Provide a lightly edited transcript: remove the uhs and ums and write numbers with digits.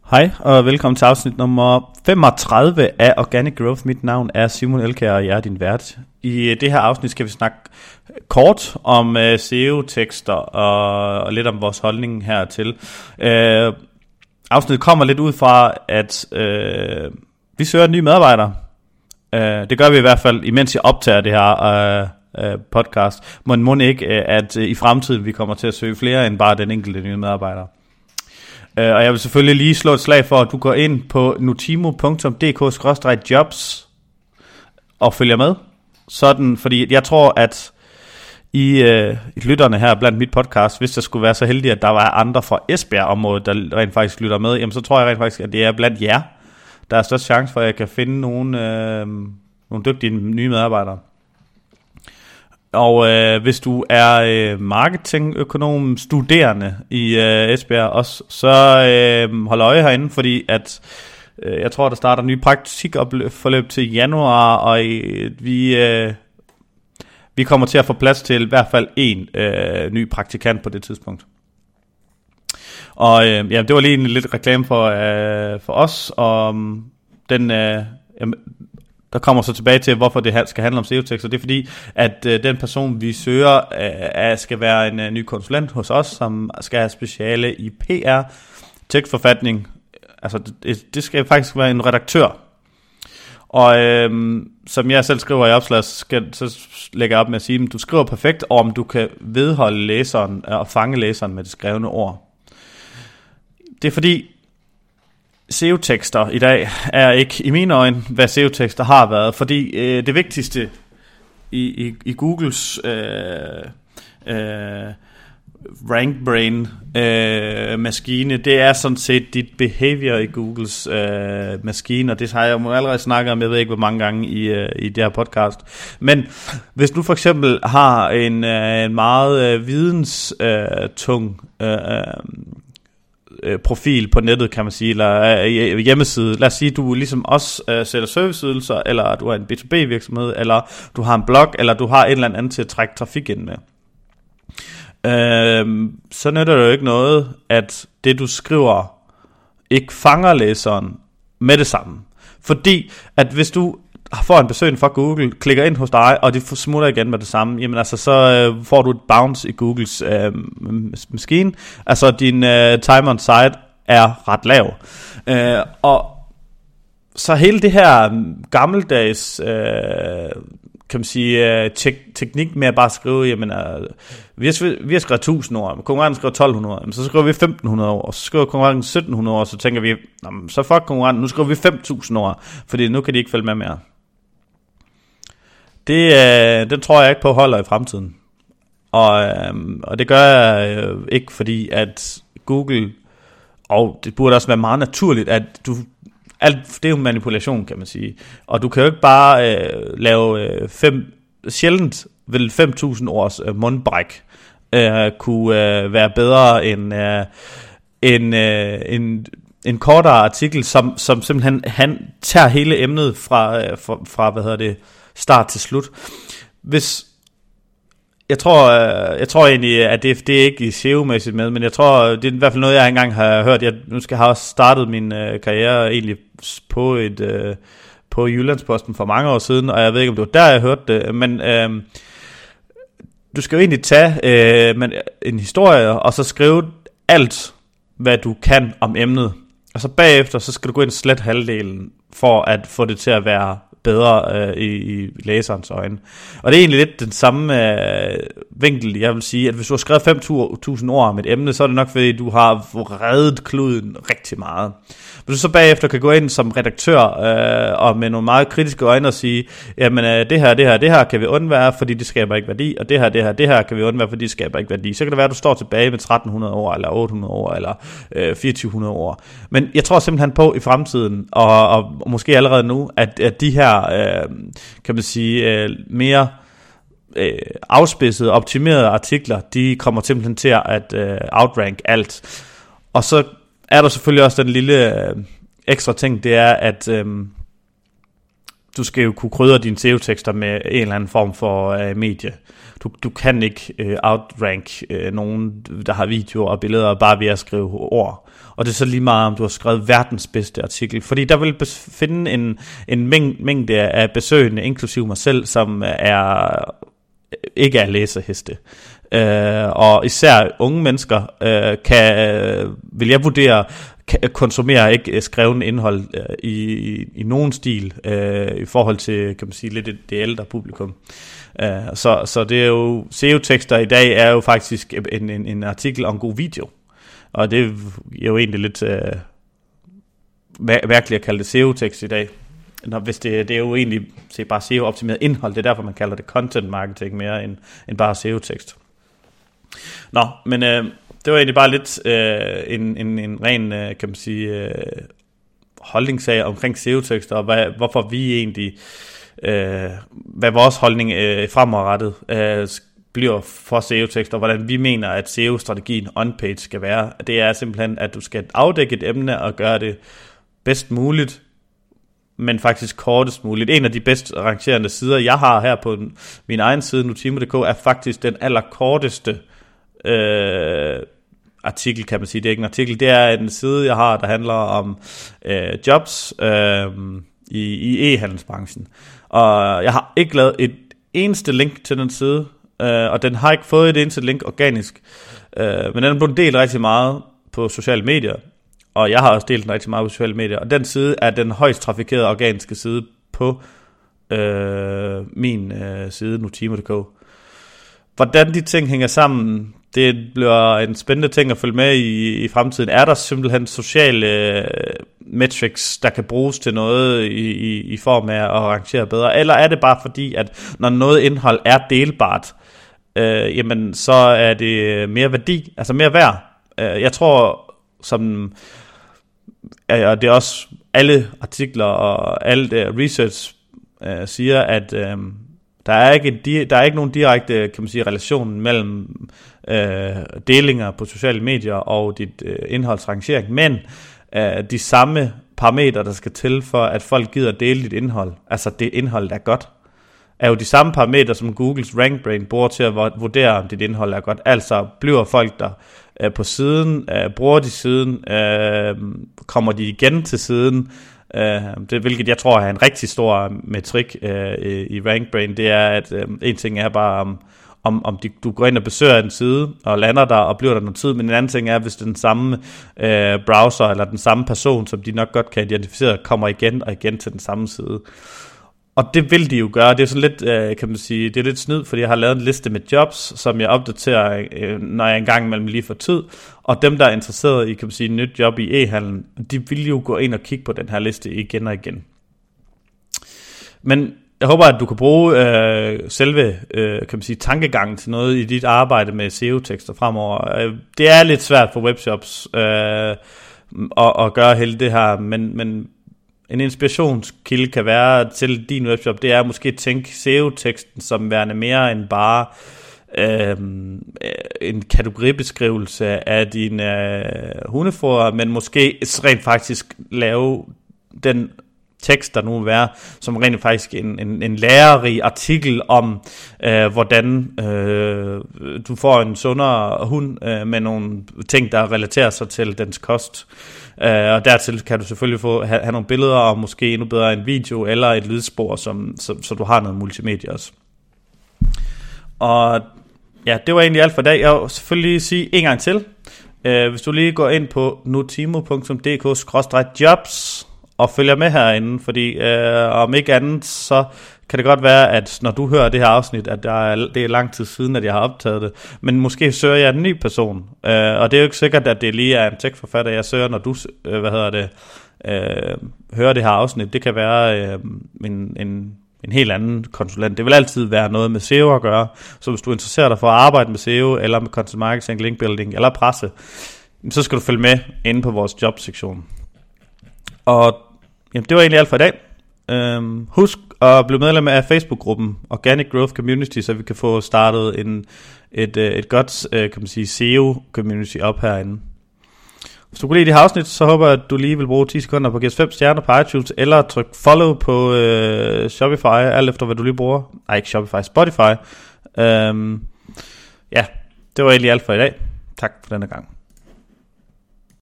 Hej og velkommen til afsnit nummer 35 af Organic Growth. Mit navn er Simon Elkjær, og jeg er din vært. I det her afsnit skal vi snakke kort om SEO-tekster og lidt om vores holdning hertil. Afsnittet kommer lidt ud fra, at vi søger en ny medarbejder. Det gør vi i hvert fald, imens jeg optager det her podcast. Må ikke, at i fremtiden vi kommer til at søge flere end bare den enkelte nye medarbejder. Og jeg vil selvfølgelig lige slå et slag for, at du går ind på nutimo.dk/jobs og følger med. Sådan, fordi jeg tror, at I lytterne her blandt mit podcast, hvis der skulle være så heldig, at der var andre fra Esbjerg-området, der rent faktisk lytter med, jamen så tror jeg rent faktisk, at det er blandt jer, der er størst chance for, at jeg kan finde nogle dygtige nye medarbejdere. Og hvis du er marketingøkonom studerende i Esbjerg også, så hold øje herinde, fordi at jeg tror, der starter ny praktikforløb til januar, og vi kommer til at få plads til i hvert fald en ny praktikant på det tidspunkt. Og det var lige en lidt reklame for os, og den der kommer så tilbage til, hvorfor det skal handle om SEO-tekster. Det er fordi, at den person, vi søger, skal være en ny konsulent hos os, som skal have speciale i PR, tekstforfatning. Altså, det skal faktisk være en redaktør. Og som jeg selv skriver i opslaget, så lægger jeg op med at sige, at du skriver perfekt, og om du kan vedholde læseren og fange læseren med det skrevne ord. Det er fordi, SEO-tekster i dag er ikke i mine øjne, hvad SEO-tekster har været, fordi det vigtigste i Googles RankBrain maskine, det er sådan set dit behavior i Googles maskine, og det har jeg jo allerede snakket om, jeg ved ikke hvor mange gange i det her podcast. Men hvis du for eksempel har en meget videnstung profil på nettet, kan man sige, eller hjemmeside. Lad os sige, du ligesom også sælger serviceydelser, eller du har en B2B virksomhed, eller du har en blog, eller du har et eller andet til at trække trafik ind med. Så nytter det jo ikke noget, at det du skriver ikke fanger læseren med det samme. Fordi at hvis du får en besøgende fra Google, klikker ind hos dig, og de smutter igen med det samme, jamen altså så får du et bounce i Googles maskine. Altså din time on site er ret lav. Og så hele det her gammeldags kan man sige teknik med at bare skrive, jamen vi har skrevet 1000 ord, konkurrenten skriver 1200, så skriver vi 1500 ord, og så skriver konkurrenten 1700 ord, så tænker vi, så fuck konkurrenten, nu skriver vi 5000 ord, fordi nu kan de ikke følge med mere. Den tror jeg ikke på holder i fremtiden. Og det gør jeg ikke, fordi at Google, og det burde også være meget naturligt, at alt det er jo manipulation, kan man sige. Og du kan jo ikke bare lave sjældent vil 5000 års mundbræk kunne være bedre end en kortere artikel, som simpelthen han tager hele emnet fra start til slut. Jeg tror egentlig, at det er ikke SEO-mæssigt med, men jeg tror, det er i hvert fald noget, jeg engang har hørt. Jeg har også startet min karriere egentlig på Jyllandsposten for mange år siden, og jeg ved ikke, om det var der, jeg hørte det, men du skal jo egentlig tage en historie, og så skrive alt, hvad du kan om emnet. Og så bagefter, så skal du gå ind og slette halvdelen, for at få det til at være bedre i læserens øjne. Og det er egentlig lidt den samme vinkel, jeg vil sige, at hvis du har skrevet 5.000 ord om et emne, så er det nok fordi, du har reddet kluden rigtig meget. Hvis du så bagefter kan gå ind som redaktør og med nogle meget kritiske øjne og sige, jamen det her kan vi undvære, fordi det skaber ikke værdi, og det her kan vi undvære, fordi det skaber ikke værdi. Så kan det være, at du står tilbage med 1300 ord, eller 800 ord, eller 2400 ord. Men jeg tror simpelthen på i fremtiden, og måske allerede nu, at de her, kan man sige, mere afspidsede, optimerede artikler, de kommer simpelthen til at outrank alt. Og så er der selvfølgelig også den lille ekstra ting, det er, at du skal jo kunne krydre dine SEO-tekster med en eller anden form for medie. du kan ikke outrank nogen, der har videoer og billeder, bare ved at skrive ord. Og det er så lige meget, om du har skrevet verdens bedste artikel. Fordi der vil finde en mængde af besøgende, inklusive mig selv, som ikke er læserheste. Og især unge mennesker vil jeg vurdere, konsumerer ikke skrevet indhold i nogen stil i forhold til, kan man sige, lidt det ældre publikum. Så det er jo, SEO-tekster i dag er jo faktisk en artikel om god video. Og det er jo egentlig lidt mærkeligt at kalde det SEO-tekst i dag. Hvis det er jo egentlig bare SEO-optimeret indhold. Det er derfor man kalder det content marketing mere end bare SEO-tekst. Nå, men det var egentlig bare lidt en ren, kan man sige, holdningssag omkring SEO-tekster, og hvorfor vi egentlig, hvad vores holdning fremadrettet bliver for SEO-tekster, og hvordan vi mener, at SEO-strategien on-page skal være. Det er simpelthen, at du skal afdække et emne og gøre det bedst muligt, men faktisk kortest muligt. En af de bedst rangerende sider, jeg har her på min egen side, Notimo.dk, er faktisk den allerkorteste artikel, kan man sige. Det er ikke en artikel, det er en side, jeg har, der handler om jobs i e-handelsbranchen. Og jeg har ikke lavet et eneste link til den side, og den har ikke fået et eneste link organisk, men den er blevet delt rigtig meget på sociale medier, og jeg har også delt den rigtig meget på sociale medier, og den side er den højst trafikerede organiske side på min side, Notimo.dk. Hvordan de ting hænger sammen, det bliver en spændende ting at følge med i fremtiden. Er der simpelthen sociale metrics, der kan bruges til noget i form af at rangere bedre? Eller er det bare fordi, at når noget indhold er delbart, jamen så er det mere værdi, altså mere værd? Jeg tror, som det er også alle artikler og alt research siger, at der er ikke nogen direkte, kan man sige, relation mellem delinger på sociale medier og dit indholdsrangering, men de samme parametre, der skal til for, at folk gider dele dit indhold, altså det indhold, der er godt, er jo de samme parametre, som Googles RankBrain bruger til at vurdere, om dit indhold er godt. Altså bliver folk der på siden, bruger de siden, kommer de igen til siden, hvilket jeg tror er en rigtig stor metrik i RankBrain. Det er, at en ting er bare om du går ind og besøger en side og lander der og bliver der noget tid, men en anden ting er, hvis den samme browser eller den samme person, som de nok godt kan identificere, kommer igen og igen til den samme side. Og det vil de jo gøre. Det er sådan lidt, kan man sige, det er lidt snyd, fordi jeg har lavet en liste med jobs, som jeg opdaterer, når jeg engang imellem lige får tid. Og dem, der er interesseret i, kan man sige, nyt job i e-handlen, de vil jo gå ind og kigge på den her liste igen og igen. Men jeg håber, at du kan bruge selve, kan man sige, tankegangen til noget i dit arbejde med SEO-tekster fremover. Det er lidt svært for webshops at gøre hele det her, men en inspirationskilde kan være til din webshop, det er måske at tænke SEO-teksten som værende mere end bare en kategoribeskrivelse af dine hundefoder, men måske rent faktisk lave den tekst, der nu vil være, som rent faktisk en lærerig artikel om, hvordan du får en sundere hund med nogle ting, der relaterer sig til dens kost. Og dertil kan du selvfølgelig have nogle billeder, og måske endnu bedre en video, eller et lydspor, så du har noget multimedia også. Og ja, det var egentlig alt for i dag. Jeg vil selvfølgelig sige en gang til. Hvis du lige går ind på notimo.dk/jobs og følger med herinde, fordi om ikke andet, så kan det godt være, at når du hører det her afsnit, at det er lang tid siden, at jeg har optaget det, men måske søger jeg en ny person, og det er jo ikke sikkert, at det lige er en tekstforfatter, jeg søger, når du hører det her afsnit. Det kan være en helt anden konsulent. Det vil altid være noget med SEO at gøre, så hvis du interesserer dig for at arbejde med SEO, eller med content marketing, link building, eller presse, så skal du følge med inde på vores jobsektion. Og jamen, det var egentlig alt for i dag. Husk at blive medlem af Facebook-gruppen Organic Growth Community, så vi kan få startet et godt, kan man sige, SEO-community op herinde. Hvis du kunne lide det her afsnit, så håber jeg, at du lige vil bruge 10 sekunder på at give os 5 stjerner på iTunes, eller tryk follow på Shopify, alt efter hvad du lige bruger. Nej, ikke Shopify, Spotify. Ja, det var egentlig alt for i dag. Tak for denne gang.